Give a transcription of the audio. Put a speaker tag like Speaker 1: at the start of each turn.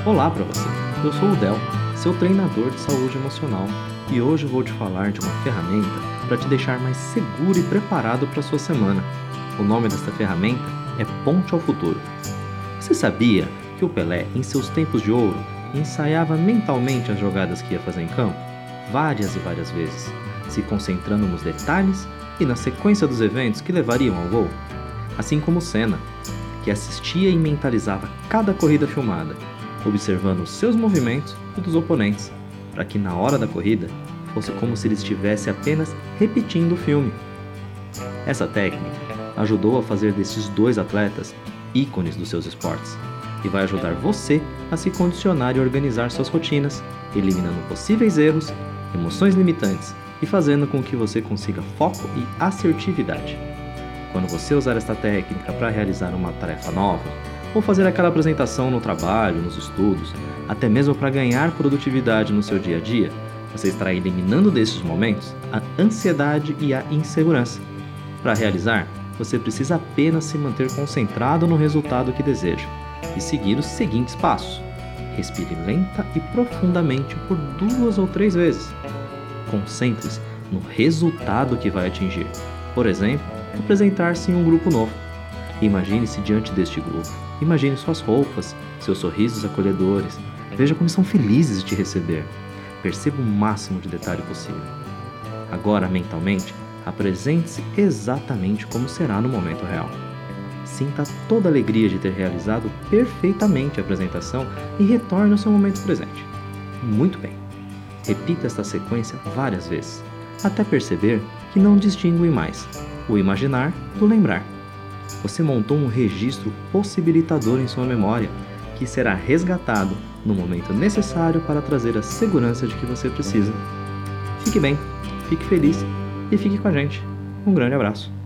Speaker 1: Olá para você, eu sou o Del, seu treinador de saúde emocional, e hoje eu vou te falar de uma ferramenta para te deixar mais seguro e preparado para a sua semana. O nome desta ferramenta é Ponte ao Futuro. Você sabia que o Pelé, em seus tempos de ouro, ensaiava mentalmente as jogadas que ia fazer em campo? Várias e várias vezes, se concentrando nos detalhes e na sequência dos eventos que levariam ao gol? Assim como Senna, que assistia e mentalizava cada corrida filmada, observando os seus movimentos e dos oponentes, para que na hora da corrida fosse como se ele estivesse apenas repetindo o filme. Essa técnica ajudou a fazer desses dois atletas ícones dos seus esportes e vai ajudar você a se condicionar e organizar suas rotinas, eliminando possíveis erros, emoções limitantes e fazendo com que você consiga foco e assertividade. Quando você usar esta técnica para realizar uma tarefa nova, ou fazer aquela apresentação no trabalho, nos estudos, até mesmo para ganhar produtividade no seu dia a dia, você estará eliminando desses momentos a ansiedade e a insegurança. Para realizar, você precisa apenas se manter concentrado no resultado que deseja e seguir os seguintes passos. Respire lenta e profundamente por 2 ou 3 vezes. Concentre-se no resultado que vai atingir. Por exemplo, apresentar-se em um grupo novo. Imagine-se diante deste grupo. Imagine suas roupas, seus sorrisos acolhedores. Veja como estão felizes de te receber. Perceba o máximo de detalhe possível. Agora, mentalmente, apresente-se exatamente como será no momento real. Sinta toda a alegria de ter realizado perfeitamente a apresentação e retorne ao seu momento presente. Muito bem. Repita esta sequência várias vezes, até perceber que não distingue mais o imaginar do lembrar. Você montou um registro possibilitador em sua memória, que será resgatado no momento necessário para trazer a segurança de que você precisa. Fique bem, fique feliz e fique com a gente. Um grande abraço.